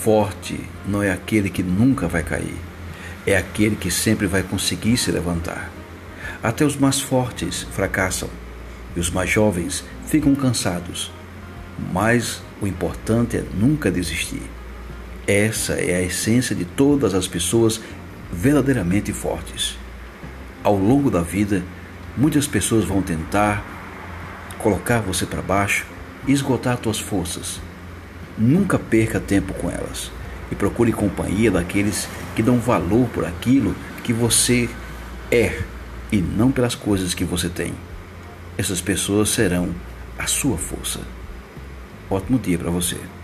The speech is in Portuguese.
Forte não é aquele que nunca vai cair, é aquele que sempre vai conseguir se levantar. Até os mais fortes fracassam e os mais jovens ficam cansados, mas o importante é nunca desistir. Essa é a essência de todas as pessoas verdadeiramente fortes. Ao longo da vida, muitas pessoas vão tentar colocar você para baixo e esgotar suas forças. Nunca perca tempo com elas e procure companhia daqueles que dão valor por aquilo que você é e não pelas coisas que você tem. Essas pessoas serão a sua força. Ótimo dia para você.